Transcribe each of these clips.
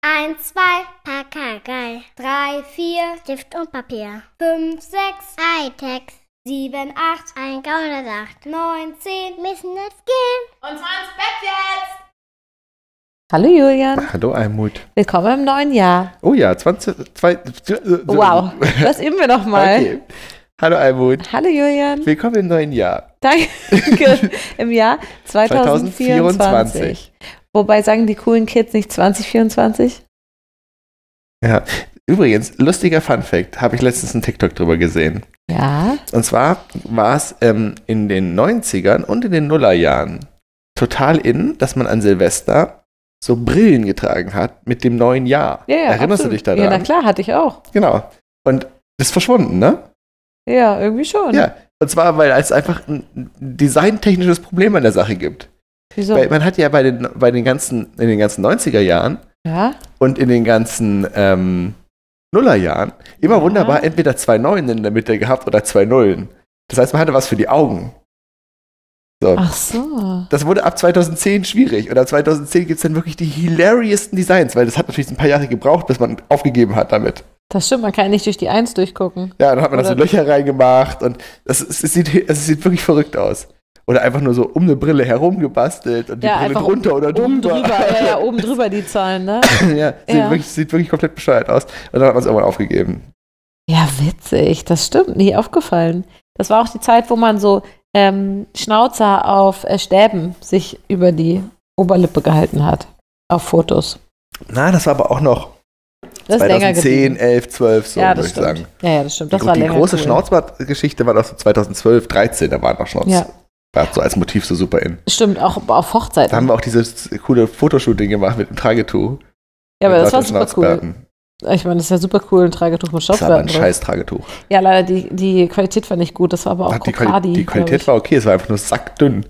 1, 2, Pakagei. 3, 4, Stift und Papier. 5, 6, Hightech. 7, 8, ein Gaunersacht. 9, 10, müssen jetzt gehen. Und zwar ins Bett jetzt! Hallo Julian. Hallo Almut. Willkommen im neuen Jahr. Oh ja, 20. Wow, das üben wir noch mal. Okay. Hallo Almut. Hallo Julian. Willkommen im neuen Jahr. Danke. Im Jahr 2024. Wobei sagen die coolen Kids nicht 2024? Ja. Übrigens, lustiger Funfact, habe ich letztens einen TikTok drüber gesehen. Ja. Und zwar war es in den 90ern und in den Nullerjahren total in, dass man an Silvester so Brillen getragen hat mit dem neuen Jahr. Ja, Erinnerst absolut. du dich daran? Ja, na klar, hatte ich auch. Genau. Und das ist verschwunden, ne? Ja, irgendwie schon. Ja. Und zwar, weil es einfach ein designtechnisches Problem an der Sache gibt. Wieso? Weil man hat ja in den ganzen 90er Jahren und in den ganzen Nullerjahren immer wunderbar entweder 2 Neunen in der Mitte gehabt oder 2 Nullen. Das heißt, man hatte was für die Augen. So. Ach so. Das wurde ab 2010 schwierig. Und ab 2010 gibt es dann wirklich die hilariesten Designs, weil das hat natürlich ein paar Jahre gebraucht, bis man aufgegeben hat damit. Das stimmt, man kann nicht durch die 1 durchgucken. Ja, dann hat man da so Löcher reingemacht und es sieht wirklich verrückt aus. Oder einfach nur so um eine Brille herum gebastelt und die Brille drunter oder drüber. Oben drüber, ja, oben drüber die Zahlen, ne? Ja, sieht wirklich komplett bescheuert aus. Und dann hat man es irgendwann aufgegeben. Ja, witzig, das stimmt, nie aufgefallen. Das war auch die Zeit, wo man so Schnauzer auf Stäben sich über die Oberlippe gehalten hat. Auf Fotos. Na, das war aber auch noch das 2010, 11, 12, so ja, würde ich sagen. Ja, das stimmt. Das Und war die länger große cool. Schnauzbart-Geschichte war doch so 2012, 13, da war noch Schnauzbart so als Motiv so super in. Stimmt, auch auf Hochzeiten. Da haben wir auch dieses coole Fotoshooting gemacht mit dem Tragetuch. Ja, aber das war super cool. Ich meine, das ist ja super cool, ein Tragetuch mit Schnauzbart. Das war aber ein scheiß Tragetuch. Ja, leider, die Qualität war nicht gut, das war aber auch Crocadi. Die Qualität war okay, es war einfach nur sackdünn.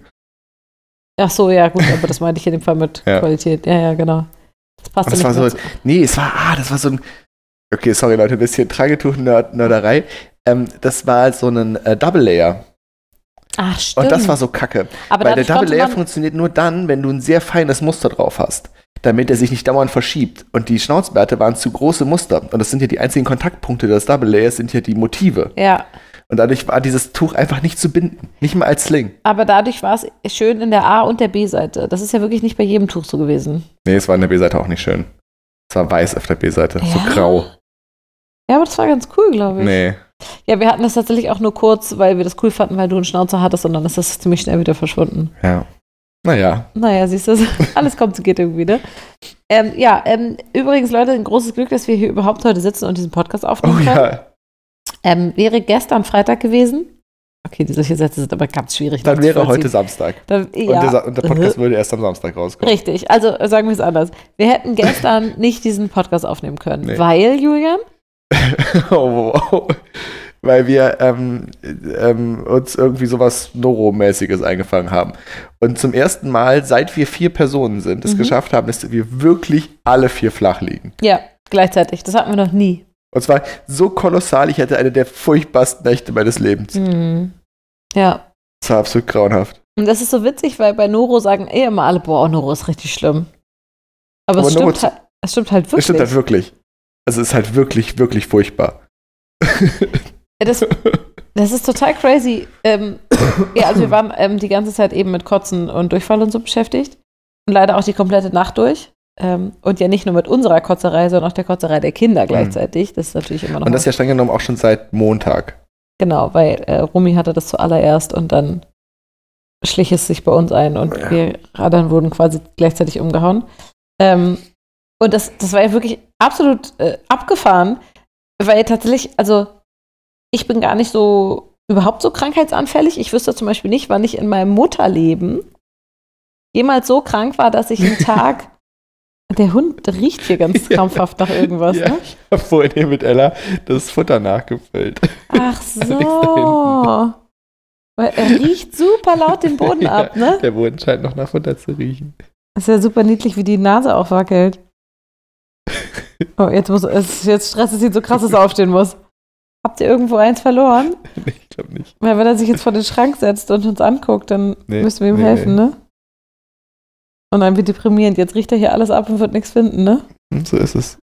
Ach so, ja gut, aber das meinte ich in dem Fall mit Qualität. Ja, genau. Das passt nicht. Das war so, das war so ein, okay, sorry Leute, ein bisschen Tragetuch-Nörderei. Das war so ein Double Layer. Ach, stimmt. Und das war so kacke. Aber weil der Double Layer funktioniert nur dann, wenn du ein sehr feines Muster drauf hast, damit er sich nicht dauernd verschiebt. Und die Schnauzbärte waren zu große Muster. Und das sind ja die einzigen Kontaktpunkte des Double Layers, sind ja die Motive. Ja. Und dadurch war dieses Tuch einfach nicht zu binden. Nicht mal als Sling. Aber dadurch war es schön in der A- und der B-Seite. Das ist ja wirklich nicht bei jedem Tuch so gewesen. Nee, es war in der B-Seite auch nicht schön. Es war weiß auf der B-Seite, so grau. Ja, aber das war ganz cool, glaube ich. Nee. Ja, wir hatten das tatsächlich auch nur kurz, weil wir das cool fanden, weil du einen Schnauzer hattest und dann ist das ziemlich schnell wieder verschwunden. Ja. Naja, siehst du, alles kommt und geht irgendwie, ne? Übrigens, Leute, ein großes Glück, dass wir hier überhaupt heute sitzen und diesen Podcast aufnehmen können. Ja. Wäre gestern Freitag gewesen. Okay, solche Sätze sind aber ganz schwierig. Dann wäre heute Samstag. Und der Podcast würde erst am Samstag rauskommen. Richtig, also sagen wir es anders. Wir hätten gestern nicht diesen Podcast aufnehmen können, weil, Julian? Weil wir uns irgendwie sowas Noro-mäßiges eingefangen haben. Und zum ersten Mal, seit wir 4 Personen sind, es geschafft haben, dass wir wirklich alle 4 flach liegen. Ja, gleichzeitig. Das hatten wir noch nie. Und zwar so kolossal, ich hatte eine der furchtbarsten Nächte meines Lebens. Mhm. Ja. Das war absolut grauenhaft. Und das ist so witzig, weil bei Noro sagen immer alle, boah, Noro ist richtig schlimm. Aber es stimmt halt wirklich. Es stimmt halt wirklich. Also es ist halt wirklich, wirklich furchtbar. Das ist total crazy. Also wir waren die ganze Zeit eben mit Kotzen und Durchfall und so beschäftigt. Und leider auch die komplette Nacht durch. Und ja nicht nur mit unserer Kotzerei, sondern auch der Kotzerei der Kinder gleichzeitig. Das ist natürlich immer noch. Und das ist ja streng genommen auch schon seit Montag. Genau, weil Rumi hatte das zuallererst und dann schlich es sich bei uns ein und wir Radern wurden quasi gleichzeitig umgehauen. Und das war ja wirklich absolut abgefahren, weil tatsächlich, also ich bin gar nicht so überhaupt so krankheitsanfällig. Ich wüsste zum Beispiel nicht, wann ich in meinem Mutterleben jemals so krank war, dass ich einen Tag. Der Hund riecht hier ganz krampfhaft nach irgendwas, ne? Ich habe vorhin hier mit Ella das Futter nachgefüllt. Ach so. Weil er riecht super laut den Boden ab, ne? Der Boden scheint noch nach Futter zu riechen. Das ist ja super niedlich, wie die Nase aufwackelt. Oh, jetzt stresst es ihn so krass, dass er aufstehen muss. Habt ihr irgendwo eins verloren? Nee, ich glaube nicht. Weil wenn er sich jetzt vor den Schrank setzt und uns anguckt, dann müssen wir ihm helfen, ne? Und dann wird deprimierend. Jetzt riecht er hier alles ab und wird nichts finden, ne? So ist es.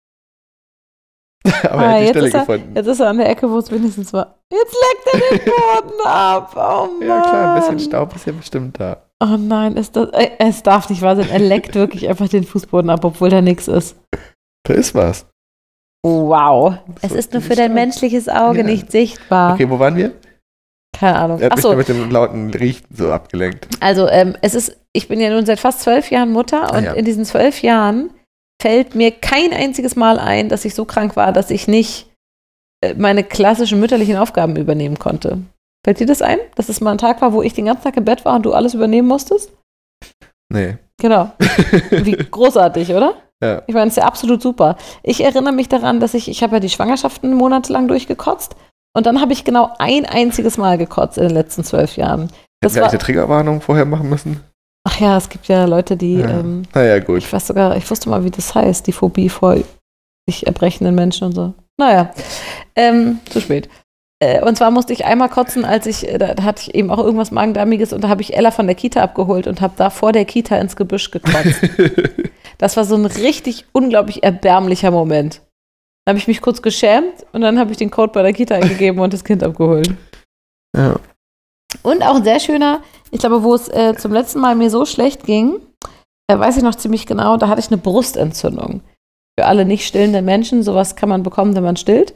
Aber er hat die Stelle gefunden. Jetzt ist er an der Ecke, wo es wenigstens war. Jetzt leckt er den Boden ab. Oh Mann. Ja klar, ein bisschen Staub ist ja bestimmt da. Oh nein, es darf nicht wahr sein. Er leckt wirklich einfach den Fußboden ab, obwohl da nichts ist. Da ist was. Wow. Es ist nur für dein menschliches Auge nicht sichtbar. Okay, wo waren wir? Keine Ahnung. Er hat mich mit dem lauten Riechen so abgelenkt. Also, ich bin ja nun seit fast 12 Jahren Mutter und in diesen 12 Jahren fällt mir kein einziges Mal ein, dass ich so krank war, dass ich nicht meine klassischen mütterlichen Aufgaben übernehmen konnte. Fällt dir das ein? Dass es mal ein Tag war, wo ich den ganzen Tag im Bett war und du alles übernehmen musstest? Nee. Genau. Wie großartig, oder? Ja. Ich meine, es ist ja absolut super. Ich erinnere mich daran, dass ich habe ja die Schwangerschaften monatelang durchgekotzt und dann habe ich genau ein einziges Mal gekotzt in den letzten 12 Jahren. Hätten wir eine Triggerwarnung vorher machen müssen? Ach ja, es gibt ja Leute, die naja, gut. Ich wusste mal, wie das heißt, die Phobie vor sich erbrechenden Menschen und so. Naja, zu spät. Und zwar musste ich einmal kotzen, da hatte ich eben auch irgendwas Magen-Darmiges und da habe ich Ella von der Kita abgeholt und habe da vor der Kita ins Gebüsch gekotzt. Das war so ein richtig unglaublich erbärmlicher Moment. Da habe ich mich kurz geschämt und dann habe ich den Code bei der Kita eingegeben und das Kind abgeholt. Ja. Und auch ein sehr schöner, ich glaube, wo es zum letzten Mal mir so schlecht ging, weiß ich noch ziemlich genau, da hatte ich eine Brustentzündung. Für alle nicht stillenden Menschen, sowas kann man bekommen, wenn man stillt.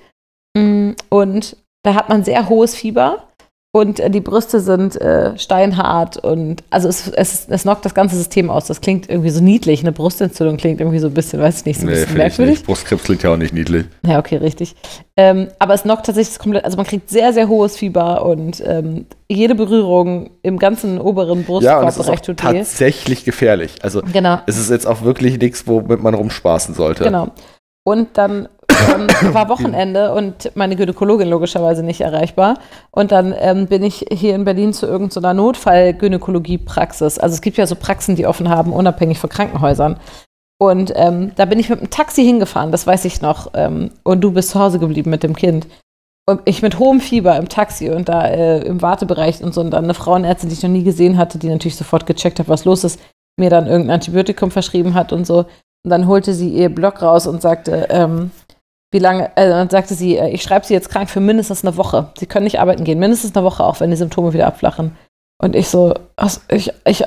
Und da hat man sehr hohes Fieber und die Brüste sind steinhart und also es knockt das ganze System aus. Das klingt irgendwie so niedlich. Eine Brustentzündung klingt irgendwie so ein bisschen, weiß ich nicht, so ein bisschen merkwürdig. Brustkrebs klingt ja auch nicht niedlich. Ja, okay, richtig. Aber es knockt tatsächlich komplett, also man kriegt sehr, sehr hohes Fieber und jede Berührung im ganzen oberen Brustkorbbereich tut weh. Tatsächlich gefährlich. Also es ist jetzt auch wirklich nichts, womit man rumspaßen sollte. Genau. Und dann war Wochenende und meine Gynäkologin logischerweise nicht erreichbar. Und dann bin ich hier in Berlin zu irgendeiner Notfall-Gynäkologie-Praxis. Also es gibt ja so Praxen, die offen haben, unabhängig von Krankenhäusern. Und da bin ich mit dem Taxi hingefahren, das weiß ich noch. Und du bist zu Hause geblieben mit dem Kind. Und ich mit hohem Fieber im Taxi und da im Wartebereich und so. Und dann eine Frauenärztin, die ich noch nie gesehen hatte, die natürlich sofort gecheckt hat, was los ist, mir dann irgendein Antibiotikum verschrieben hat und so. Und dann holte sie ihr Block raus und sagte, wie lange, dann sagte sie, ich schreibe sie jetzt krank für mindestens eine Woche. Sie können nicht arbeiten gehen, mindestens eine Woche, auch wenn die Symptome wieder abflachen. Und ich so, ich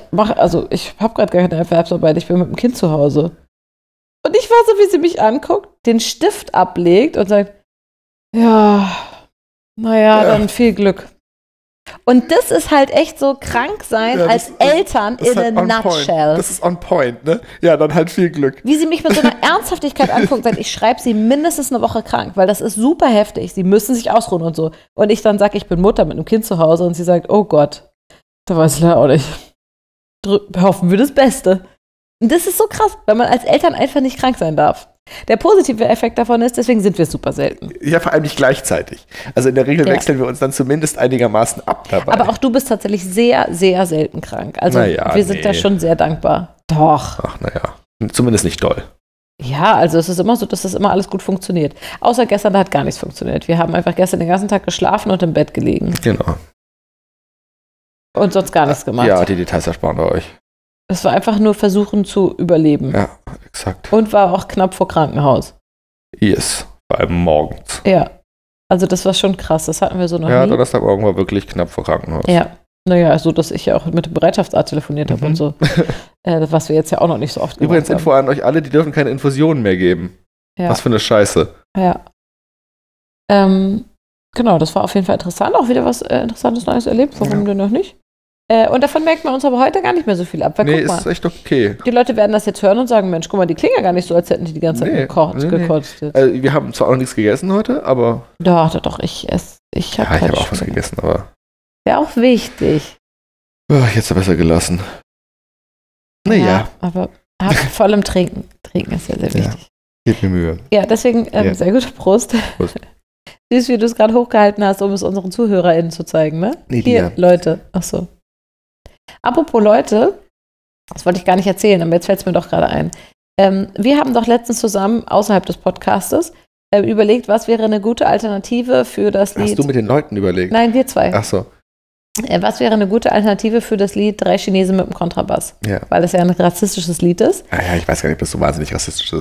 habe gerade gar keine Erwerbsarbeit, ich bin mit dem Kind zu Hause. Und ich war so, wie sie mich anguckt, den Stift ablegt und sagt, ja, dann viel Glück. Und das ist halt echt so krank sein als Eltern in a nutshell. Das ist on point, ne? Ja, dann halt viel Glück. Wie sie mich mit so einer Ernsthaftigkeit anguckt, sagt, ich schreibe sie mindestens eine Woche krank, weil das ist super heftig. Sie müssen sich ausruhen und so. Und ich dann sage, ich bin Mutter mit einem Kind zu Hause und sie sagt, oh Gott, da weiß ich leider auch nicht. Hoffen wir das Beste. Und das ist so krass, weil man als Eltern einfach nicht krank sein darf. Der positive Effekt davon ist, deswegen sind wir super selten. Ja, vor allem nicht gleichzeitig. Also in der Regel wechseln wir uns dann zumindest einigermaßen ab dabei. Aber auch du bist tatsächlich sehr, sehr selten krank. Also wir sind da schon sehr dankbar. Doch. Ach, zumindest nicht doll. Ja, also es ist immer so, dass das immer alles gut funktioniert. Außer gestern, da hat gar nichts funktioniert. Wir haben einfach gestern den ganzen Tag geschlafen und im Bett gelegen. Genau. Und sonst gar nichts gemacht. Ja, die Details ersparen wir euch. Es war einfach nur versuchen zu überleben. Ja, exakt. Und war auch knapp vor Krankenhaus. Yes, vor allem morgens. Ja, also das war schon krass, das hatten wir so noch nie. Ja, Donnerstagmorgen war wirklich knapp vor Krankenhaus. Ja, naja, so dass ich ja auch mit dem Bereitschaftsarzt telefoniert habe und so. Was wir jetzt ja auch noch nicht so oft gemacht Übrigens Info an euch alle, die dürfen keine Infusionen mehr geben. Ja. Was für eine Scheiße. Ja. Genau, das war auf jeden Fall interessant. Auch wieder was Interessantes Neues erlebt. Warum denn noch nicht? Und davon merkt man uns aber heute gar nicht mehr so viel ab. Weil, guck mal, ist echt okay. Die Leute werden das jetzt hören und sagen, Mensch, guck mal, die klingen ja gar nicht so, als hätten die ganze Zeit gekotzt. Also, wir haben zwar auch noch nichts gegessen heute, aber... Doch, ich habe auch was gegessen, aber... Wäre auch wichtig. Ich hätte es besser gelassen. Naja. Ja, aber vor allem trinken. Trinken ist ja sehr wichtig. Gib mir Mühe. Ja, deswegen sehr gut, Prost. Süß, wie du es gerade hochgehalten hast, um es unseren ZuhörerInnen zu zeigen, ne? Nee, hier, Leute. Ach so. Apropos Leute, das wollte ich gar nicht erzählen, aber jetzt fällt es mir doch gerade ein. Wir haben doch letztens zusammen, außerhalb des Podcastes, überlegt, was wäre eine gute Alternative für das Lied. Hast du mit den Leuten überlegt? Nein, wir zwei. Ach so. Was wäre eine gute Alternative für das Lied 3 Chinesen mit dem Kontrabass? Ja. Weil das ja ein rassistisches Lied ist. Ja, ich weiß gar nicht, ob das so wahnsinnig rassistisch ist.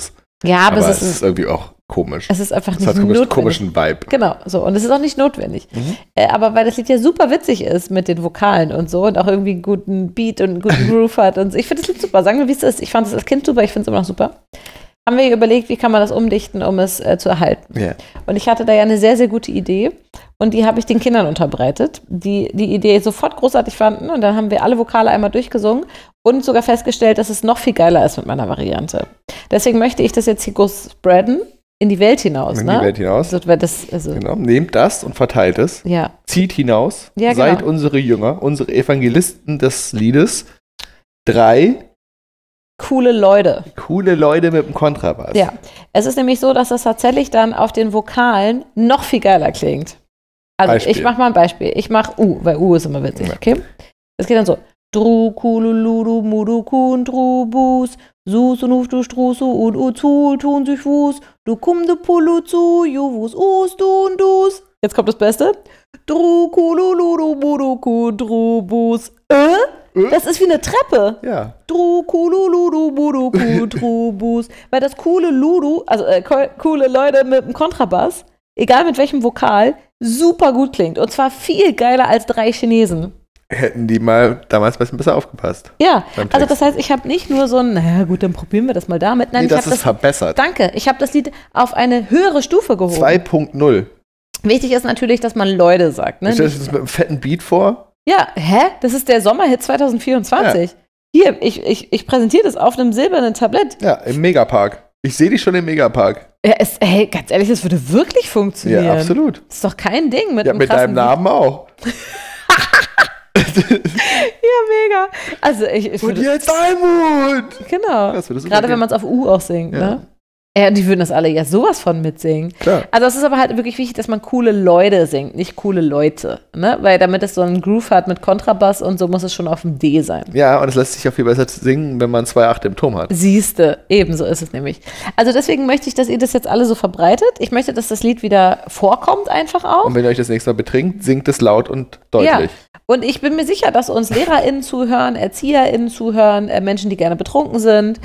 Ja, aber es ist irgendwie auch komisch. Es ist einfach nicht notwendig. Es hat komischen Vibe. Genau, so. Und es ist auch nicht notwendig. Aber weil das Lied ja super witzig ist mit den Vokalen und so und auch irgendwie einen guten Beat und einen guten Groove hat. Und so. Ich finde das Lied super. Sagen wir, wie es ist. Ich fand es als Kind super, ich finde es immer noch super. Haben wir überlegt, wie kann man das umdichten, um es zu erhalten. Yeah. Und ich hatte da ja eine sehr, sehr gute Idee. Und die habe ich den Kindern unterbreitet, die Idee sofort großartig fanden. Und dann haben wir alle Vokale einmal durchgesungen und sogar festgestellt, dass es noch viel geiler ist mit meiner Variante. Deswegen möchte ich das jetzt hier groß spreaden. In die Welt hinaus, In die Welt hinaus. Genau. Nehmt das und verteilt es. Ja. Zieht hinaus. Ja, genau. Seid unsere Jünger, unsere Evangelisten des Liedes. 3 coole Leute. Coole Leute mit dem Kontrabass. Ja. Es ist nämlich so, dass das tatsächlich dann auf den Vokalen noch viel geiler klingt. Also Beispiel. Ich mache mal ein Beispiel. Ich mache U, weil U ist immer witzig, okay? Das geht dann so. Dru, kululudu, mudu, kun, dru, bus, sus und uf, du, strusu, und uzu, tun sich wus, du kum, du pulu zu, juwus, us, du und dus. Jetzt kommt das Beste. Dru, kululudu, mudu, kun, dru, bus. Das ist wie eine Treppe. Ja. Dru, kululudu, mudu, kun, dru, bus. Weil das coole Ludu, also coole Leute mit dem Kontrabass, egal mit welchem Vokal, super gut klingt. Und zwar viel geiler als 3 Chinesen. Hätten die mal damals ein bisschen besser aufgepasst. Ja, also das heißt, ich habe nicht nur so ein, naja gut, dann probieren wir das mal damit. Nein, das ist verbessert. Danke, ich habe das Lied auf eine höhere Stufe gehoben. 2.0. Wichtig ist natürlich, dass man Leute sagt. Ne? Stellst du das mit einem fetten Beat vor? Ja, das ist der Sommerhit 2024. Ja. Hier, ich präsentiere das auf einem silbernen Tablett. Ja, im Megapark. Ich sehe dich schon im Megapark. Ja, ganz ehrlich, das würde wirklich funktionieren. Ja, absolut. Das ist doch kein Ding mit einem mit deinem Namen auch. Ja, mega. Also und jetzt Almut! Genau. Gerade wenn man es auf U auch singt, ne? Ja, die würden das alle ja sowas von mitsingen. Klar. Also es ist aber halt wirklich wichtig, dass man coole Leute singt, nicht coole Leute. Ne? Weil damit es so einen Groove hat mit Kontrabass und so muss es schon auf dem D sein. Ja, und es lässt sich auch viel besser singen, wenn man 2 Achte im Turm hat. Siehste, ebenso ist es nämlich. Also deswegen möchte ich, dass ihr das jetzt alle so verbreitet. Ich möchte, dass das Lied wieder vorkommt einfach auch. Und wenn ihr euch das nächste Mal betrinkt, singt es laut und deutlich. Ja. Und ich bin mir sicher, dass uns LehrerInnen zuhören, ErzieherInnen zuhören, Menschen, die gerne betrunken sind,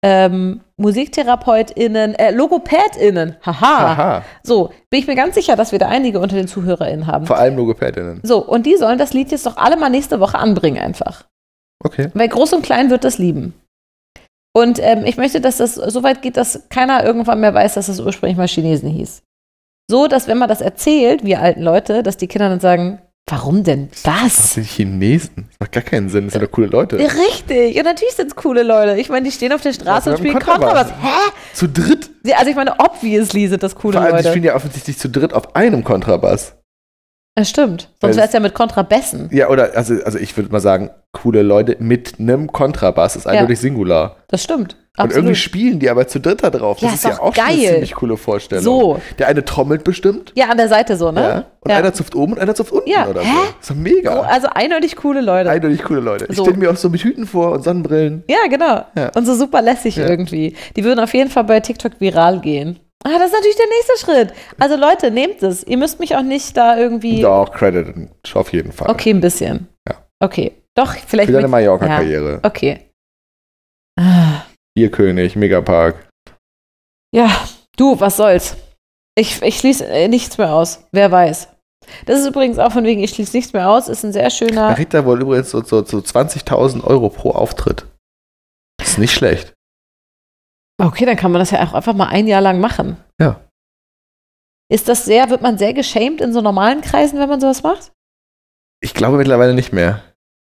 MusiktherapeutInnen, LogopädInnen. Haha. So, bin ich mir ganz sicher, dass wir da einige unter den ZuhörerInnen haben. Vor allem LogopädInnen. So, und die sollen das Lied jetzt doch alle mal nächste Woche anbringen einfach. Okay. Weil Groß und Klein wird das lieben. Und ich möchte, dass das so weit geht, dass keiner irgendwann mehr weiß, dass das ursprünglich mal Chinesen hieß. So, dass wenn man das erzählt, wir alten Leute, dass die Kinder dann sagen, warum denn das? Das sind Chinesen. Das macht gar keinen Sinn. Das sind doch coole Leute. Richtig. Und natürlich sind es coole Leute. Ich meine, die stehen auf der Straße und spielen Kontrabass. Hä? Zu dritt? Also ich meine, obviously sind das coole Vor allem, Leute. Die spielen ja offensichtlich zu dritt auf einem Kontrabass. Das stimmt. Sonst wäre es ja mit Kontrabässen. Ja, oder, also ich würde mal sagen, coole Leute mit einem Kontrabass ist eindeutig Singular. Das stimmt. Und irgendwie spielen die aber zu dritt da drauf. Das ist ja auch schon eine ziemlich coole Vorstellung. So. Der eine trommelt bestimmt. Ja, an der Seite so, ne? Ja. Und einer zupft oben und einer zupft unten oder so. Das ist doch mega. Also eindeutig coole Leute. Eindeutig coole Leute. Ich stelle mir auch so mit Hüten vor und Sonnenbrillen. Ja, genau. Ja. Und so super lässig irgendwie. Die würden auf jeden Fall bei TikTok viral gehen. Das ist natürlich der nächste Schritt. Also Leute, nehmt es. Ihr müsst mich auch nicht da irgendwie... Doch, crediten. Auf jeden Fall. Okay, ein bisschen. Ja. Okay. Doch, vielleicht... Für deine Mallorca-Karriere. Ja. Okay. Bierkönig, Megapark. Ja, du, was soll's. Ich schließe nichts mehr aus. Wer weiß. Das ist übrigens auch von wegen, ich schließe nichts mehr aus, ist ein sehr schöner... Da kriegt er wohl übrigens so 20.000 Euro pro Auftritt. Das ist nicht schlecht. Okay, dann kann man das ja auch einfach mal ein Jahr lang machen. Ja. Wird man sehr geschämt in so normalen Kreisen, wenn man sowas macht? Ich glaube mittlerweile nicht mehr.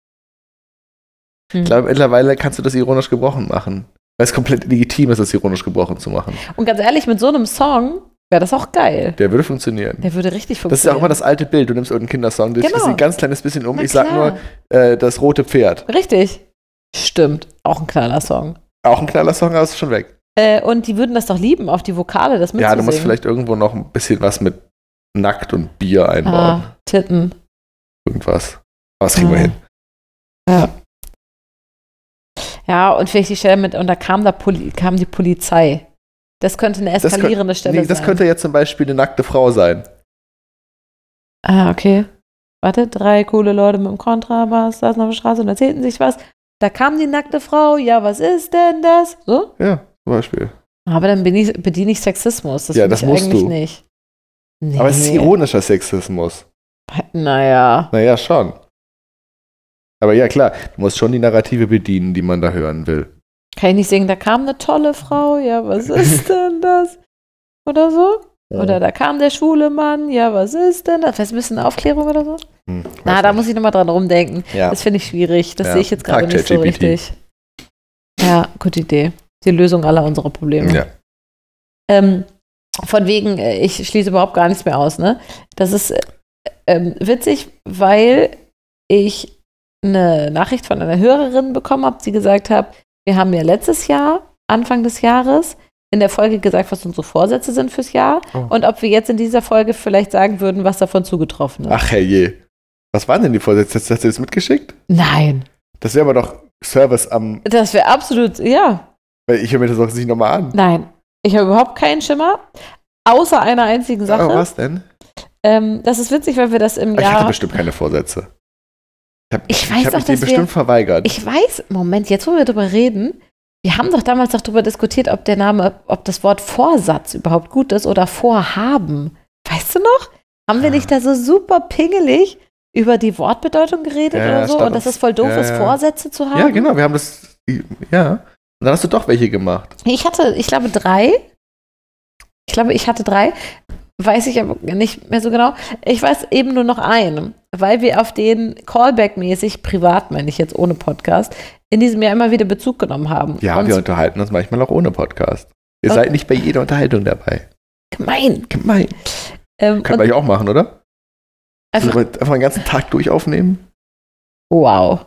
Ich glaube, mittlerweile kannst du das ironisch gebrochen machen. Weil es komplett legitim ist, das ironisch gebrochen zu machen. Und ganz ehrlich, mit so einem Song wäre das auch geil. Der würde funktionieren. Der würde richtig funktionieren. Das ist ja auch immer das alte Bild. Du nimmst irgendeinen Kindersong, das ist ein ganz kleines bisschen um. Ich sag nur, das rote Pferd. Richtig. Stimmt. Auch ein Knallersong. Auch ein Knallersong, aber ist schon weg. Und die würden das doch lieben, auf die Vokale das mitzusingen. Ja, du musst vielleicht irgendwo noch ein bisschen was mit Nackt und Bier einbauen. Titten. Irgendwas. Aber das kriegen wir hin. Ja. Ja, und vielleicht die Stelle mit, und da kam die Polizei. Das könnte eine eskalierende Stelle sein. Das könnte jetzt zum Beispiel eine nackte Frau sein. Okay. Warte, 3 coole Leute mit dem Kontrabass saßen auf der Straße und erzählten sich was. Da kam die nackte Frau, ja, was ist denn das? So? Ja, zum Beispiel. Aber dann bediene ich Sexismus. Das das musst eigentlich du. Nicht. Nee. Aber es ist ironischer Sexismus. Naja. Naja, schon. Aber ja, klar, du musst schon die Narrative bedienen, die man da hören will. Kann ich nicht singen, da kam eine tolle Frau, ja, was ist denn das? Oder so? Ja. Oder da kam der schwule Mann, ja, was ist denn das? Vielleicht ein bisschen Aufklärung oder so? Da muss ich nochmal dran rumdenken. Ja. Das finde ich schwierig. Das sehe ich jetzt gerade Frag nicht so ChatGPT. richtig. Ja, gute Idee. Die Lösung aller unserer Probleme. Ja. Von wegen, ich schließe überhaupt gar nichts mehr aus, ne? Das ist witzig, weil ich eine Nachricht von einer Hörerin bekommen habe, die gesagt hat, wir haben ja letztes Jahr, Anfang des Jahres, in der Folge gesagt, was unsere Vorsätze sind fürs Jahr und ob wir jetzt in dieser Folge vielleicht sagen würden, was davon zugetroffen ist. Ach herrje. Was waren denn die Vorsätze? Hast du das mitgeschickt? Nein. Das wäre aber doch Service am... Das wäre absolut, ja. Weil ich höre mir das auch nicht nochmal an. Nein. Ich habe überhaupt keinen Schimmer, außer einer einzigen Sache. Aber was denn? Das ist witzig, weil wir das im Ich Jahr... hatte bestimmt keine Vorsätze. Ich habe mich dem bestimmt verweigert. Ich weiß, Moment, jetzt wo wir darüber reden, wir haben doch damals noch darüber diskutiert, ob das Wort Vorsatz überhaupt gut ist oder Vorhaben. Weißt du noch? Haben wir nicht da so super pingelig über die Wortbedeutung geredet oder so? Und dass es voll doof ist, Vorsätze zu haben? Ja, genau, wir haben das, ja. Und dann hast du doch welche gemacht. Ich glaube 3. Ich glaube, ich hatte 3. Weiß ich aber nicht mehr so genau. Ich weiß eben nur noch einen, weil wir auf den Callback-mäßig, privat meine ich jetzt ohne Podcast, in diesem Jahr immer wieder Bezug genommen haben. Ja, und wir unterhalten uns manchmal auch ohne Podcast. Ihr seid nicht bei jeder Unterhaltung dabei. Gemein. Können wir euch auch machen, oder? Einfach den ganzen Tag durch aufnehmen? Wow.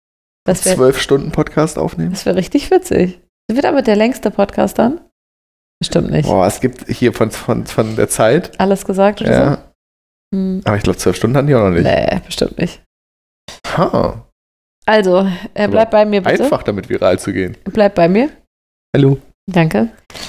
12 Stunden Podcast aufnehmen? Das wäre richtig witzig. Sind wir damit der längste Podcast dann? Bestimmt nicht. Boah, es gibt hier von der Zeit. Alles gesagt oder so? Aber ich glaube, 12 Stunden hatten die auch noch nicht. Nee, bestimmt nicht. Ha. Also, bleib bei mir bitte. Einfach damit viral zu gehen. Bleib bei mir. Hallo. Danke.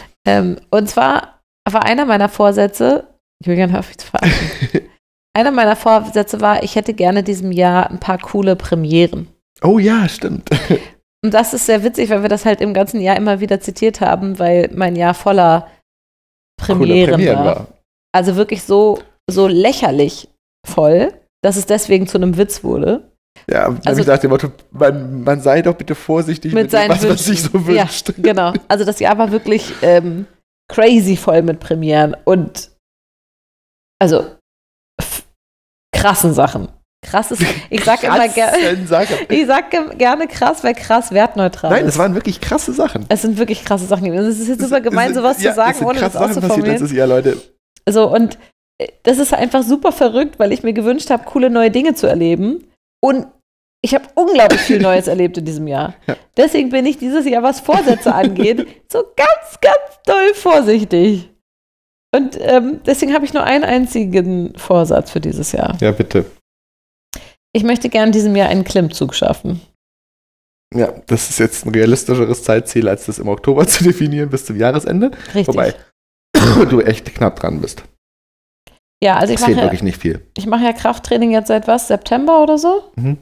Und zwar war einer meiner Vorsätze, ich will gerne auf dich verarschen. Einer meiner Vorsätze war, ich hätte gerne diesem Jahr ein paar coole Premieren. Oh ja, stimmt. Und das ist sehr witzig, weil wir das halt im ganzen Jahr immer wieder zitiert haben, weil mein Jahr voller Premieren war. Also wirklich so lächerlich voll, dass es deswegen zu einem Witz wurde. Ja, nämlich nach dem Motto, man sei doch bitte vorsichtig mit dem, was man sich so wünscht. Ja, genau. Also das Jahr war wirklich crazy voll mit Premieren und also krassen Sachen. Krasses. Ich sag immer gerne krass, weil krass wertneutral ist. Nein, es waren wirklich krasse Sachen. Es sind wirklich krasse Sachen. Es ist jetzt super gemein, sowas zu sagen, ohne das auszuformulieren. Letztes Jahr, Leute. So, und das ist einfach super verrückt, weil ich mir gewünscht habe, coole neue Dinge zu erleben. Und ich habe unglaublich viel Neues erlebt in diesem Jahr. Ja. Deswegen bin ich dieses Jahr, was Vorsätze angeht, so ganz, ganz doll vorsichtig. Und deswegen habe ich nur einen einzigen Vorsatz für dieses Jahr. Ja, bitte. Ich möchte gerne in diesem Jahr einen Klimmzug schaffen. Ja, das ist jetzt ein realistischeres Zeitziel, als das im Oktober zu definieren bis zum Jahresende. Richtig. Wobei du echt knapp dran bist. Ja, also fehlt wirklich nicht viel. Ich mache ja Krafttraining jetzt seit September oder so. Mhm.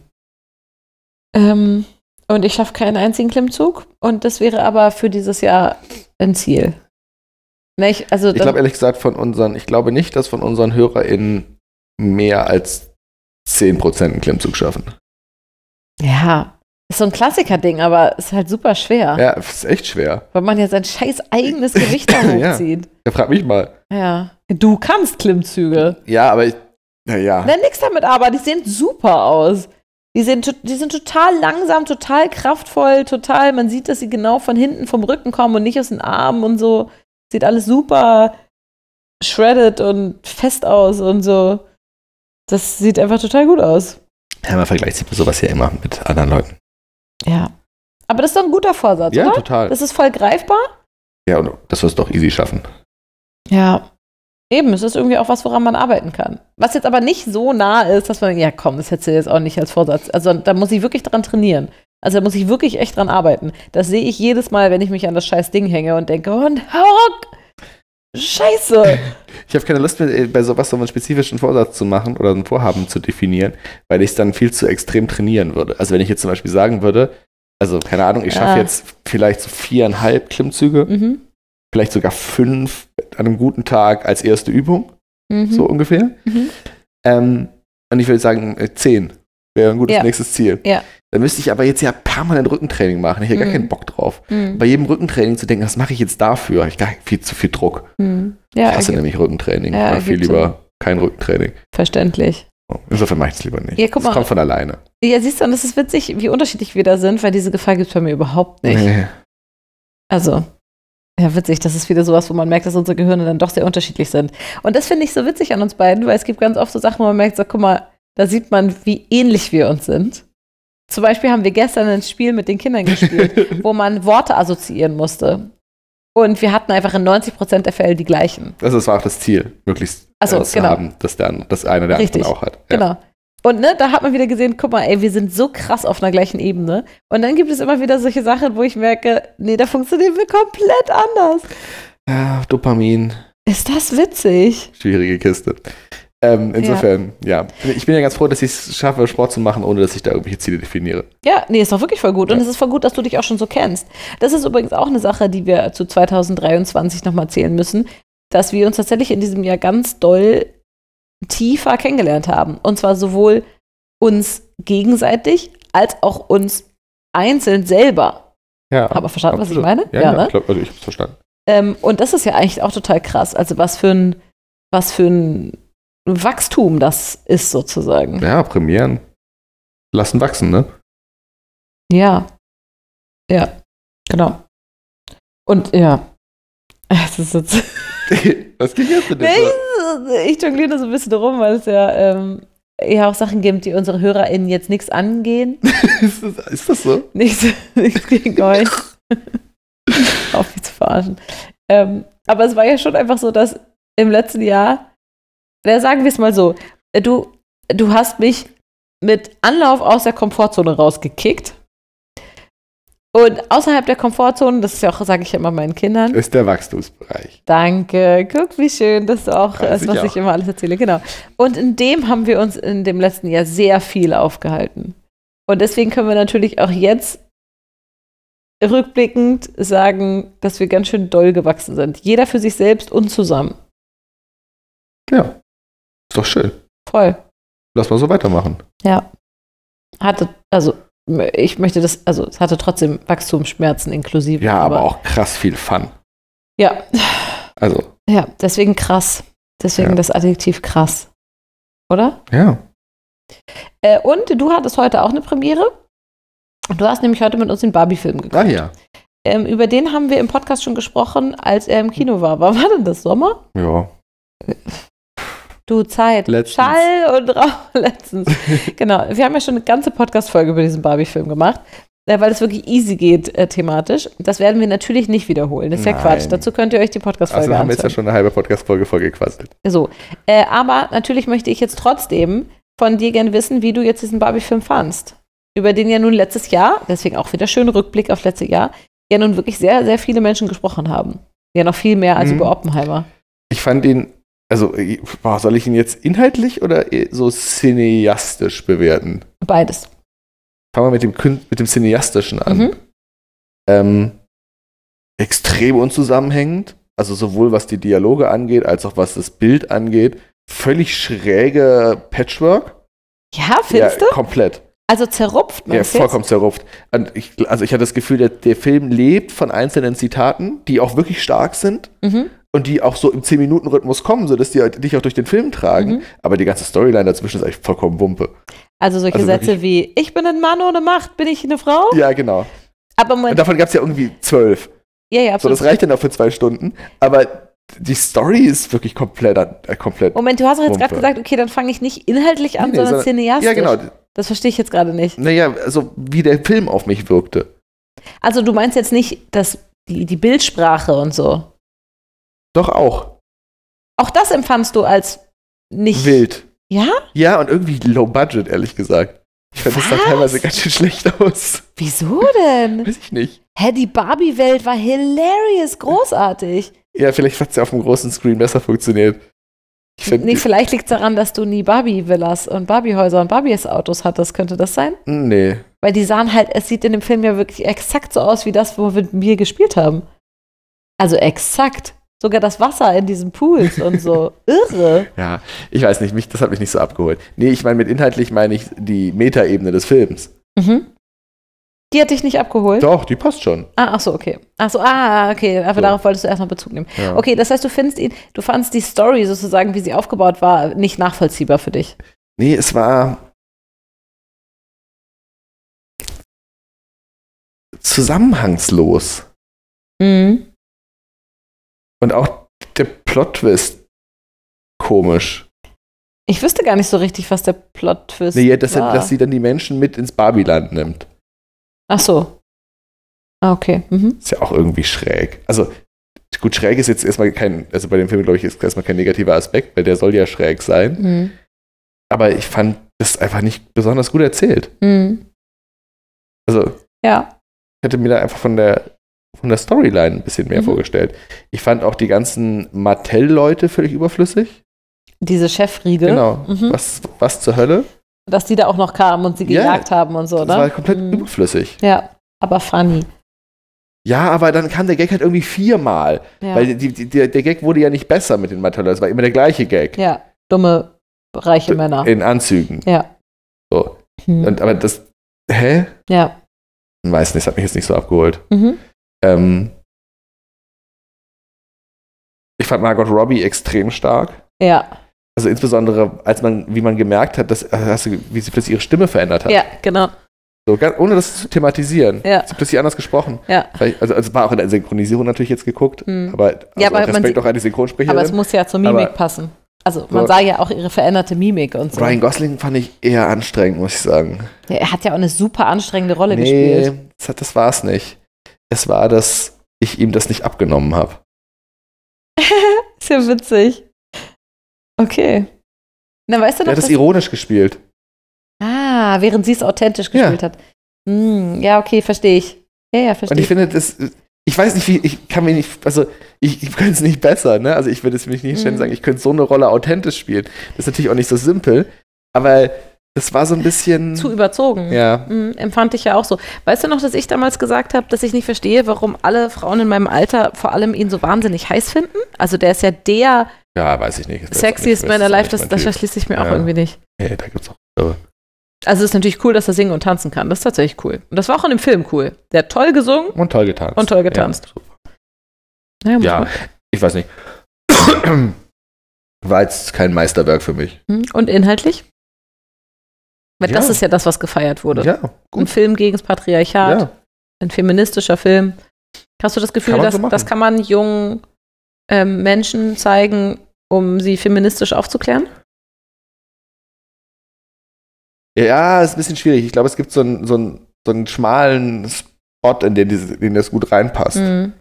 Und ich schaffe keinen einzigen Klimmzug. Und das wäre aber für dieses Jahr ein Ziel. Ich glaube ehrlich gesagt ich glaube nicht, dass von unseren HörerInnen mehr als 10% einen Klimmzug schaffen. Ja, ist so ein Klassiker-Ding, aber ist halt super schwer. Ja, ist echt schwer. Weil man ja sein scheiß eigenes Gewicht da hochzieht. Ja, frag mich mal. Ja. Du kannst Klimmzüge. Ja, aber naja. Na, nix damit, aber die sehen super aus. Die sind total langsam, total kraftvoll, man sieht, dass sie genau von hinten vom Rücken kommen und nicht aus den Armen und so. Sieht alles super shredded und fest aus und so. Das sieht einfach total gut aus. Ja, man vergleicht sich sowas ja immer mit anderen Leuten. Ja. Aber das ist doch ein guter Vorsatz, oder? Ja, total. Das ist voll greifbar. Ja, und das wirst du doch easy schaffen. Ja. Eben, es ist irgendwie auch was, woran man arbeiten kann. Was jetzt aber nicht so nah ist, dass man, ja komm, das hättest du jetzt auch nicht als Vorsatz. Also da muss ich wirklich dran trainieren. Also da muss ich wirklich echt dran arbeiten. Das sehe ich jedes Mal, wenn ich mich an das scheiß Ding hänge und denke, oh, Scheiße. Ich habe keine Lust mehr, bei sowas so einen spezifischen Vorsatz zu machen oder ein Vorhaben zu definieren, weil ich es dann viel zu extrem trainieren würde. Also wenn ich jetzt zum Beispiel sagen würde, also keine Ahnung, ich schaffe jetzt vielleicht so 4,5 Klimmzüge, vielleicht sogar 5 an einem guten Tag als erste Übung, so ungefähr. Und ich würde sagen, 10 wäre ein gutes nächstes Ziel. Ja. Dann müsste ich aber jetzt ja permanent Rückentraining machen. Ich habe gar keinen Bock drauf. Bei jedem Rückentraining zu denken, was mache ich jetzt dafür, habe ich gar viel zu viel Druck. Ja, ich hasse nämlich Rückentraining. Ich mache viel lieber kein Rückentraining. Verständlich. Insofern mache ich es lieber nicht. Ja, guck mal. Das kommt von alleine. Ja, siehst du, und das ist witzig, wie unterschiedlich wir da sind, weil diese Gefahr gibt es bei mir überhaupt nicht. Nee. Also, ja, witzig, das ist wieder sowas, wo man merkt, dass unsere Gehirne dann doch sehr unterschiedlich sind. Und das finde ich so witzig an uns beiden, weil es gibt ganz oft so Sachen, wo man merkt, so, guck mal, da sieht man, wie ähnlich wir uns sind. Zum Beispiel haben wir gestern ein Spiel mit den Kindern gespielt, wo man Worte assoziieren musste. Und wir hatten einfach in 90% der Fälle die gleichen. Das war auch das Ziel, möglichst zu haben, dass einer der anderen auch hat. Ja. Genau. Und da hat man wieder gesehen, guck mal, ey, wir sind so krass auf einer gleichen Ebene. Und dann gibt es immer wieder solche Sachen, wo ich merke, nee, da funktionieren wir komplett anders. Ja, Dopamin. Ist das witzig? Schwierige Kiste. Insofern, ja. Ich bin ja ganz froh, dass ich es schaffe, Sport zu machen, ohne dass ich da irgendwelche Ziele definiere. Ja, nee, ist doch wirklich voll gut. Und es ist voll gut, dass du dich auch schon so kennst. Das ist übrigens auch eine Sache, die wir zu 2023 nochmal erzählen müssen, dass wir uns tatsächlich in diesem Jahr ganz doll tiefer kennengelernt haben. Und zwar sowohl uns gegenseitig als auch uns einzeln selber. Ja. Aber verstanden, was ich meine? Ja, ne? Ich glaube, ich habe es verstanden. Und das ist ja eigentlich auch total krass. Also was für ein Wachstum das ist sozusagen. Ja, Premieren. Lassen wachsen, ne? Ja. Ja, genau. Und ja. Das ist jetzt Was ging jetzt denn? Ich jongliere da so ein bisschen rum, weil es ja auch Sachen gibt, die unsere HörerInnen jetzt nichts angehen. Ist das so? Nichts gegen euch. Auf mich zu verarschen. Aber es war ja schon einfach so, dass im letzten Jahr, sagen wir es mal so, du hast mich mit Anlauf aus der Komfortzone rausgekickt. Und außerhalb der Komfortzone, das ist ja auch, sage ich immer meinen Kindern. Ist der Wachstumsbereich. Danke, guck, wie schön, dass du auch, was ich immer alles erzähle, genau. Und in dem haben wir uns in dem letzten Jahr sehr viel aufgehalten. Und deswegen können wir natürlich auch jetzt rückblickend sagen, dass wir ganz schön doll gewachsen sind. Jeder für sich selbst und zusammen. Ja, ist doch schön. Voll. Lass mal so weitermachen. Ja. Ich möchte es hatte trotzdem Wachstumsschmerzen inklusive. Ja, aber auch krass viel Fun. Ja. Also. Ja, deswegen krass. Deswegen das Adjektiv krass. Oder? Ja. Und du hattest heute auch eine Premiere. Du hast nämlich heute mit uns den Barbie-Film geguckt. Ah ja. Über den haben wir im Podcast schon gesprochen, als er im Kino war. War denn das Sommer? Ja. Du, Zeit. Letztens. Schall und Rauch. Letztens. Genau. Wir haben ja schon eine ganze Podcast-Folge über diesen Barbie-Film gemacht, weil es wirklich easy geht thematisch. Das werden wir natürlich nicht wiederholen. Das ist ja Quatsch. Dazu könnt ihr euch die Podcast-Folge anschauen. Also haben wir jetzt ja schon eine halbe Podcast-Folge vollgequasselt. So. Aber natürlich möchte ich jetzt trotzdem von dir gerne wissen, wie du jetzt diesen Barbie-Film fandst. Über den ja nun letztes Jahr, deswegen auch wieder schön Rückblick auf letztes Jahr, ja nun wirklich sehr, sehr viele Menschen gesprochen haben. Ja, noch viel mehr als über Oppenheimer. Ich fand ihn, soll ich ihn jetzt inhaltlich oder so cineastisch bewerten? Beides. Fangen wir mit dem Cineastischen an. Extrem unzusammenhängend, also sowohl was die Dialoge angeht, als auch was das Bild angeht. Völlig schräge Patchwork. Ja, findest du? Komplett. Also zerrupft man es. Ja, vollkommen zerrupft. Und ich hatte das Gefühl, der Film lebt von einzelnen Zitaten, die auch wirklich stark sind und die auch so im 10-Minuten-Rhythmus kommen, sodass die dich auch durch den Film tragen. Aber die ganze Storyline dazwischen ist eigentlich vollkommen Wumpe. Also solche Sätze wie, ich bin ein Mann ohne Macht, bin ich eine Frau? Ja, genau. Aber und davon gab es ja irgendwie 12. Ja, absolut. So, das reicht dann auch für 2 Stunden. Aber die Story ist wirklich komplett Moment, du hast doch jetzt gerade gesagt, okay, dann fange ich nicht inhaltlich an, sondern cineastisch. Ja, genau. Das verstehe ich jetzt gerade nicht. Naja, also wie der Film auf mich wirkte. Also du meinst jetzt nicht die Bildsprache und so? Doch auch. Auch das empfandst du als nicht wild. Ja? Ja, und irgendwie low budget, ehrlich gesagt. Ich fand, das sah teilweise ganz schön schlecht aus. Wieso denn? Weiß ich nicht. Die Barbie-Welt war hilarious, großartig. Ja, vielleicht hat es ja auf dem großen Screen besser funktioniert. Vielleicht liegt es daran, dass du nie Barbie-Villas und Barbie-Häuser und Barbies-Autos hattest. Könnte das sein? Nee. Weil die sahen es sieht in dem Film ja wirklich exakt so aus, wie das, wo wir gespielt haben. Also exakt. Sogar das Wasser in diesen Pools und so. Irre. Ja, ich weiß nicht, das hat mich nicht so abgeholt. Nee, ich meine, mit inhaltlich meine ich die Metaebene des Films. Mhm. Die hat dich nicht abgeholt? Doch, die passt schon. Ach so, okay. Okay. Aber darauf wolltest du erstmal Bezug nehmen. Ja. Okay, das heißt, du fandst die Story sozusagen, wie sie aufgebaut war, nicht nachvollziehbar für dich. Nee, es war zusammenhangslos. Mhm. Und auch der Plot-Twist komisch. Ich wüsste gar nicht so richtig, was der Plot-Twist war. Dass sie dann die Menschen mit ins Barbieland nimmt. Ach so. Okay. Mhm. Ist ja auch irgendwie schräg. Also, gut, schräg ist jetzt erstmal also bei dem Film, glaube ich, ist erstmal kein negativer Aspekt, weil der soll ja schräg sein. Mhm. Aber ich fand das einfach nicht besonders gut erzählt. Mhm. Also, ja. Ich hätte mir da einfach von der Storyline ein bisschen mehr vorgestellt. Ich fand auch die ganzen Mattel-Leute völlig überflüssig. Diese Chefriege. Genau. Mhm. Was zur Hölle? Dass die da auch noch kamen und sie gejagt haben und so, ne? Das war komplett überflüssig. Ja, aber funny. Ja, aber dann kam der Gag halt irgendwie 4-mal. Ja. Weil der Gag wurde ja nicht besser mit den Mattel. Es war immer der gleiche Gag. Ja, dumme, reiche Männer. In Anzügen. Ja. So. Aber das, hä? Ja. Ich weiß nicht, das hat mich jetzt nicht so abgeholt. Mhm. Ich fand Margot Robbie extrem stark. Ja. Also insbesondere, wie man gemerkt hat, wie sie plötzlich ihre Stimme verändert hat. Ja, genau. So, ohne das zu thematisieren. Ja. Hat sie plötzlich anders gesprochen. Ja. Also es war auch in der Synchronisierung natürlich jetzt geguckt, aber Respekt auch an die Synchronsprecherin. Aber es muss ja zur Mimik passen. Also man sah ja auch ihre veränderte Mimik und so. Ryan Gosling fand ich eher anstrengend, muss ich sagen. Ja, er hat ja auch eine super anstrengende Rolle gespielt. Nee, das war es nicht. Es war, dass ich ihm das nicht abgenommen habe. Ist ja witzig. Okay. Na, weißt du noch, er hat das ironisch gespielt. Ah, während sie es authentisch gespielt hat. Ja, okay, verstehe ich. Ja, verstehe ich. Und ich finde, ich weiß nicht, ich könnte es nicht besser, ne? Also ich würde es mich nicht ständig sagen, ich könnte so eine Rolle authentisch spielen. Das ist natürlich auch nicht so simpel, aber das war so ein bisschen zu überzogen. Ja. Empfand ich ja auch so. Weißt du noch, dass ich damals gesagt habe, dass ich nicht verstehe, warum alle Frauen in meinem Alter vor allem ihn so wahnsinnig heiß finden? Also der ist ja der weiß ich nicht. Sexiest Man Alive, das verschließt sich mir auch irgendwie nicht. Ja, da gibt's auch. Also es ist natürlich cool, dass er singen und tanzen kann. Das ist tatsächlich cool. Und das war auch in dem Film cool. Der hat toll gesungen. Und toll getanzt. Ja, ich weiß nicht. War jetzt kein Meisterwerk für mich. Und inhaltlich? Weil das ist ja das, was gefeiert wurde. Ja, gut. Ein Film gegen das Patriarchat. Ein feministischer Film. Hast du das Gefühl, das kann man jungen Menschen zeigen, um sie feministisch aufzuklären? Ja, ist ein bisschen schwierig. Ich glaube, es gibt so einen schmalen Spot, in den das gut reinpasst.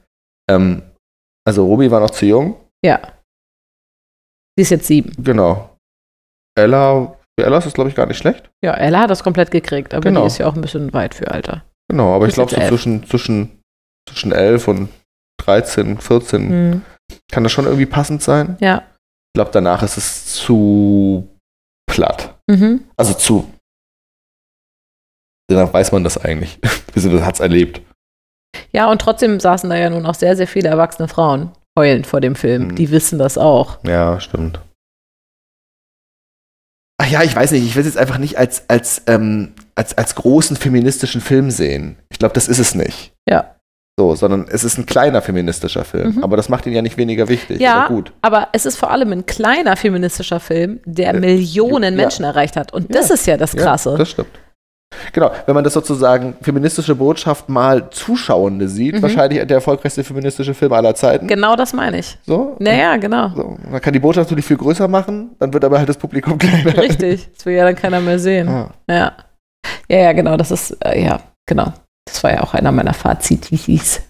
Also Romy war noch zu jung. Ja. Sie ist jetzt 7. Genau. Ella ist das, glaube ich, gar nicht schlecht. Ja, Ella hat das komplett gekriegt, aber die ist ja auch ein bisschen weit für Alter. Genau, aber ich glaube, so zwischen 11 und 13, 14 kann das schon irgendwie passend sein. Ja. Ich glaube, danach ist es zu platt. Also danach weiß man das eigentlich. Das hat es erlebt. Ja, und trotzdem saßen da ja nun auch sehr, sehr viele erwachsene Frauen heulend vor dem Film. Die wissen das auch. Ja, stimmt. Ach ja, ich weiß nicht, ich will es jetzt einfach nicht als großen feministischen Film sehen. Ich glaube, das ist es nicht. Ja. So, sondern es ist ein kleiner feministischer Film. Aber das macht ihn ja nicht weniger wichtig. Ja, oder gut. Aber es ist vor allem ein kleiner feministischer Film, der Millionen Menschen erreicht hat. Und das ist ja das Krasse. Ja, das stimmt. Genau, wenn man das sozusagen feministische Botschaft mal Zuschauende sieht, wahrscheinlich der erfolgreichste feministische Film aller Zeiten. Genau das meine ich. So? Naja, genau. So. Man kann die Botschaft natürlich viel größer machen, dann wird aber halt das Publikum kleiner. Richtig, das will ja dann keiner mehr sehen. Ja, genau, das ist, genau. Das war ja auch einer meiner Fazitis.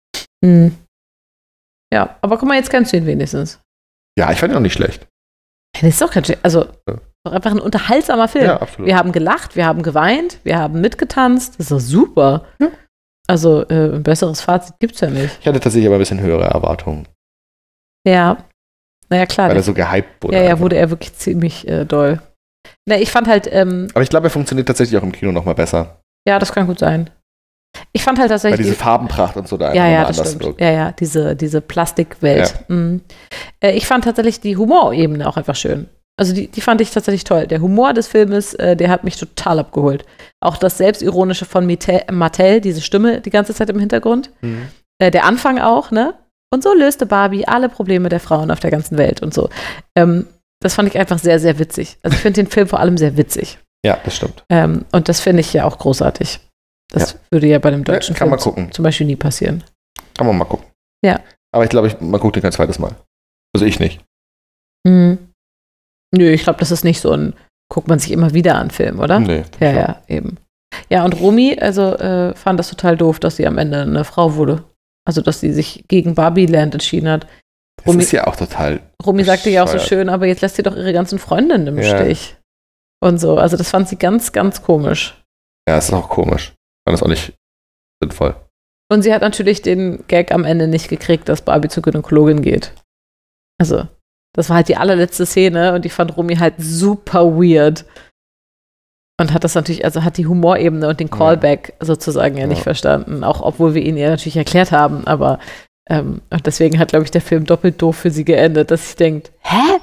Ja, aber guck mal, jetzt kannst du ihn wenigstens. Ja, ich fand ihn auch nicht schlecht. Das ist doch kein doch einfach ein unterhaltsamer Film. Ja, absolut. Wir haben gelacht, wir haben geweint, wir haben mitgetanzt. Das ist doch super. Ja. Also ein besseres Fazit gibt es ja nicht. Ich hatte tatsächlich aber ein bisschen höhere Erwartungen. Ja. Naja, klar. Weil er so gehypt wurde. Ja, wurde er wirklich ziemlich doll. Na, ich fand halt. Aber ich glaube, er funktioniert tatsächlich auch im Kino noch mal besser. Ja, das kann gut sein. Ich fand halt tatsächlich. Weil diese Farbenpracht und so da einfach anders das stimmt. wirkt. Ja, diese Plastikwelt. Ja. Mhm. Ich fand tatsächlich die Humorebene auch einfach schön. Also die fand ich tatsächlich toll. Der Humor des Filmes, der hat mich total abgeholt. Auch das Selbstironische von Mattel, diese Stimme die ganze Zeit im Hintergrund. Mhm. Der Anfang auch, ne? Und so löste Barbie alle Probleme der Frauen auf der ganzen Welt und so. Das fand ich einfach sehr, sehr witzig. Also ich finde den Film vor allem sehr witzig. Ja, das stimmt. Und das finde ich ja auch großartig. Das würde ja bei dem deutschen Film zum Beispiel nie passieren. Kann man mal gucken. Ja. Aber ich glaube, man guckt den kein zweites Mal. Also ich nicht. Mhm. Nö, ich glaube, das ist nicht so ein, guckt man sich immer wieder an Film, oder? Nee. Ja, eben. Ja, und Romy, fand das total doof, dass sie am Ende eine Frau wurde. Also, dass sie sich gegen Barbie-Land entschieden hat. Das ist ja auch total Romy sagte ja auch so schön, aber jetzt lässt sie doch ihre ganzen Freundinnen im Stich. Und so, also das fand sie ganz, ganz komisch. Ja, es ist auch komisch. Ich fand das auch nicht sinnvoll. Und sie hat natürlich den Gag am Ende nicht gekriegt, dass Barbie zur Gynäkologin geht. Also, das war halt die allerletzte Szene und die fand Romy halt super weird. Und hat das natürlich, also hat die Humorebene und den Callback sozusagen nicht verstanden. Auch obwohl wir ihn ihr natürlich erklärt haben, aber und deswegen hat, glaube ich, der Film doppelt doof für sie geendet, dass sie denkt,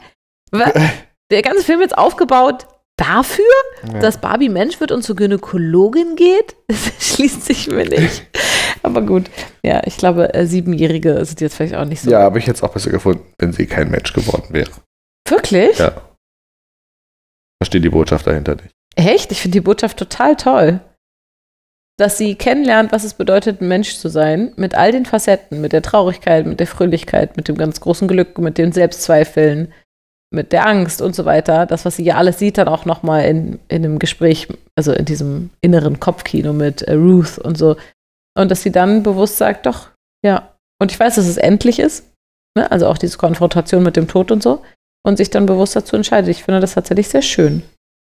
der ganze Film jetzt aufgebaut dafür, dass Barbie Mensch wird und zur Gynäkologin geht? Das schließt sich mir nicht. Aber gut, ja, ich glaube, 7-Jährige sind jetzt vielleicht auch nicht so. Ja, aber ich hätte es auch besser gefunden, wenn sie kein Mensch geworden wäre. Wirklich? Ja. Verstehe die Botschaft dahinter nicht. Echt? Ich finde die Botschaft total toll. Dass sie kennenlernt, was es bedeutet, ein Mensch zu sein, mit all den Facetten, mit der Traurigkeit, mit der Fröhlichkeit, mit dem ganz großen Glück, mit den Selbstzweifeln, mit der Angst und so weiter. Das, was sie ja alles sieht, dann auch nochmal in einem Gespräch, also in diesem inneren Kopfkino mit Ruth und so. Und dass sie dann bewusst sagt, doch, ja. Und ich weiß, dass es endlich ist, ne? Also auch diese Konfrontation mit dem Tod und so. Und sich dann bewusst dazu entscheidet. Ich finde das tatsächlich sehr schön.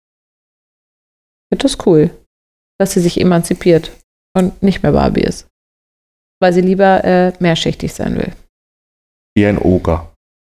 Ich finde das cool, dass sie sich emanzipiert und nicht mehr Barbie ist. Weil sie lieber mehrschichtig sein will. Wie ein Oger.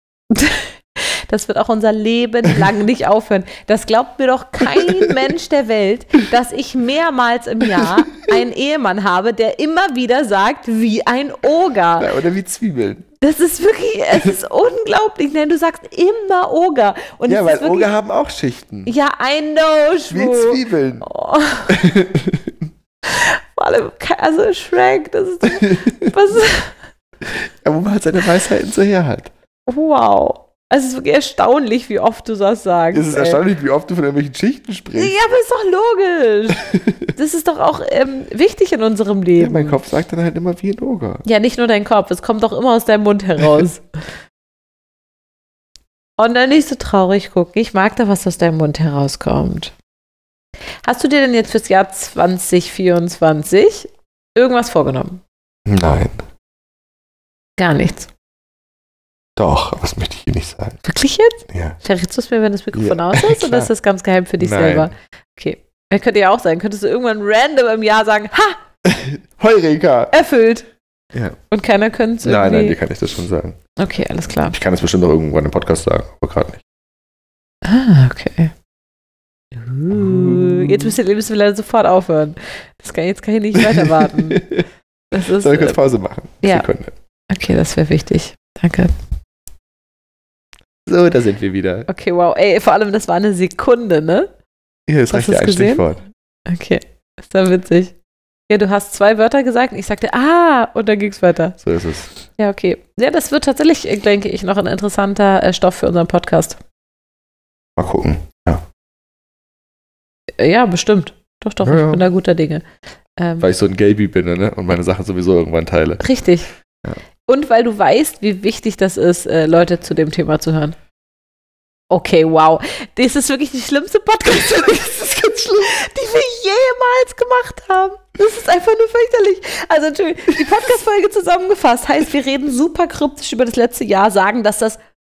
Das wird auch unser Leben lang nicht aufhören. Das glaubt mir doch kein Mensch der Welt, dass ich mehrmals im Jahr einen Ehemann habe, der immer wieder sagt, wie ein Oger. Ja, oder wie Zwiebeln. Das ist wirklich, es ist unglaublich. Nein, du sagst immer Oger. Und ja, es weil ist wirklich, Oger haben auch Schichten. Ja, I know, Schwu. Wie Zwiebeln. Oh. Vor allem, also Shrek, das ist was. Ja, wo man halt seine Weisheiten so her hat. Wow. Also es ist wirklich erstaunlich, wie oft du das sagst. Es ist erstaunlich, wie oft du von irgendwelchen Schichten sprichst. Ja, aber ist doch logisch. Das ist doch auch wichtig in unserem Leben. Ja, mein Kopf sagt dann halt immer wie ein Oger. Ja, nicht nur dein Kopf, es kommt doch immer aus deinem Mund heraus. Und dann nicht so traurig gucken. Ich mag da, was aus deinem Mund herauskommt. Hast du dir denn jetzt fürs Jahr 2024 irgendwas vorgenommen? Nein. Gar nichts. Doch, aber das möchte ich hier nicht sagen. Wirklich jetzt? Ja. Verrätst du es mir, wenn das Mikrofon aus ist? Oder ist das ganz geheim für dich selber? Okay. Das könnte ja auch sein. Könntest du irgendwann random im Jahr sagen, ha! Heureka! Erfüllt. Ja. Und keiner könnte es irgendwie... Nein, dir kann ich das schon sagen. Okay, alles klar. Ich kann es bestimmt auch irgendwann im Podcast sagen, aber gerade nicht. Ah, okay. Jetzt müssen wir leider sofort aufhören. Jetzt kann ich nicht weiter warten. Soll ich kurz Pause machen? Ja. Sekunde. Okay, das wäre wichtig. Danke. So, da sind wir wieder. Okay, wow. Ey, vor allem, das war eine Sekunde, ne? Ja, das reicht ja ein Stichwort. Okay, ist dann witzig. Ja, du hast 2 Wörter gesagt und ich sagte, und dann ging's weiter. So ist es. Ja, okay. Ja, das wird tatsächlich, denke ich, noch ein interessanter Stoff für unseren Podcast. Mal gucken, ja. Ja, bestimmt. Doch, ich bin da guter Dinge. Weil ich so ein Gelbi bin, ne? Und meine Sachen sowieso irgendwann teile. Richtig. Ja. Und weil du weißt, wie wichtig das ist, Leute zu dem Thema zu hören. Okay, wow. Das ist wirklich die schlimmste Podcast-Folge, die wir jemals gemacht haben. Das ist einfach nur fürchterlich. Also natürlich, die Podcast-Folge zusammengefasst heißt, wir reden super kryptisch über das letzte Jahr, sagen, dass das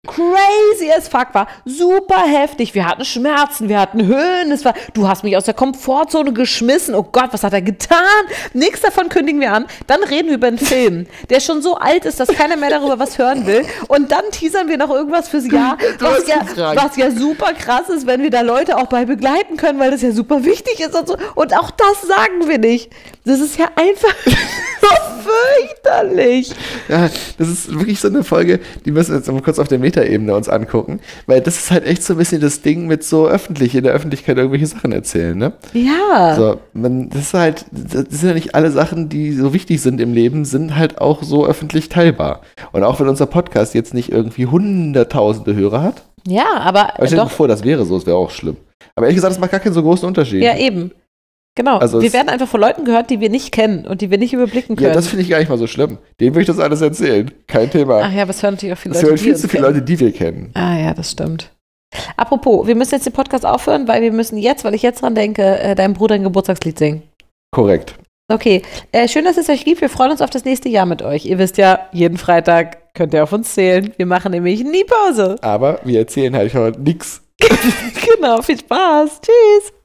crazy as fuck war. Super heftig. Wir hatten Schmerzen, wir hatten Höhen. Du hast mich aus der Komfortzone geschmissen. Oh Gott, was hat er getan? Nichts davon kündigen wir an. Dann reden wir über einen Film, der schon so alt ist, dass keiner mehr darüber was hören will. Und dann teasern wir noch irgendwas fürs Jahr, was ja super krass ist, wenn wir da Leute auch bei begleiten können, weil das ja super wichtig ist und so. Und auch das sagen wir nicht. Das ist ja einfach so fürchterlich. Ja, das ist wirklich so eine Folge, die müssen wir jetzt mal kurz auf der Metaebene uns angucken, weil das ist halt echt so ein bisschen das Ding mit so in der Öffentlichkeit irgendwelche Sachen erzählen, ne? Ja. So, das sind ja nicht alle Sachen, die so wichtig sind im Leben, sind halt auch so öffentlich teilbar. Und auch wenn unser Podcast jetzt nicht irgendwie hunderttausende Hörer hat. Ja, aber ich stell mir vor, das wäre so, es wäre auch schlimm. Aber ehrlich gesagt, das macht gar keinen so großen Unterschied. Ja, eben. Genau, also wir werden einfach von Leuten gehört, die wir nicht kennen und die wir nicht überblicken können. Ja, das finde ich gar nicht mal so schlimm. Denen würde ich das alles erzählen. Kein Thema. Ach ja, aber es hören natürlich auch viele Leute, die uns kennen. Es hören viel zu viele Leute, die wir kennen. Ah ja, das stimmt. Apropos, wir müssen jetzt den Podcast aufhören, weil wir müssen jetzt, weil ich jetzt dran denke, deinem Bruder ein Geburtstagslied singen. Korrekt. Okay, schön, dass es euch gibt. Wir freuen uns auf das nächste Jahr mit euch. Ihr wisst ja, jeden Freitag könnt ihr auf uns zählen. Wir machen nämlich nie Pause. Aber wir erzählen halt schon nichts. Genau, viel Spaß. Tschüss.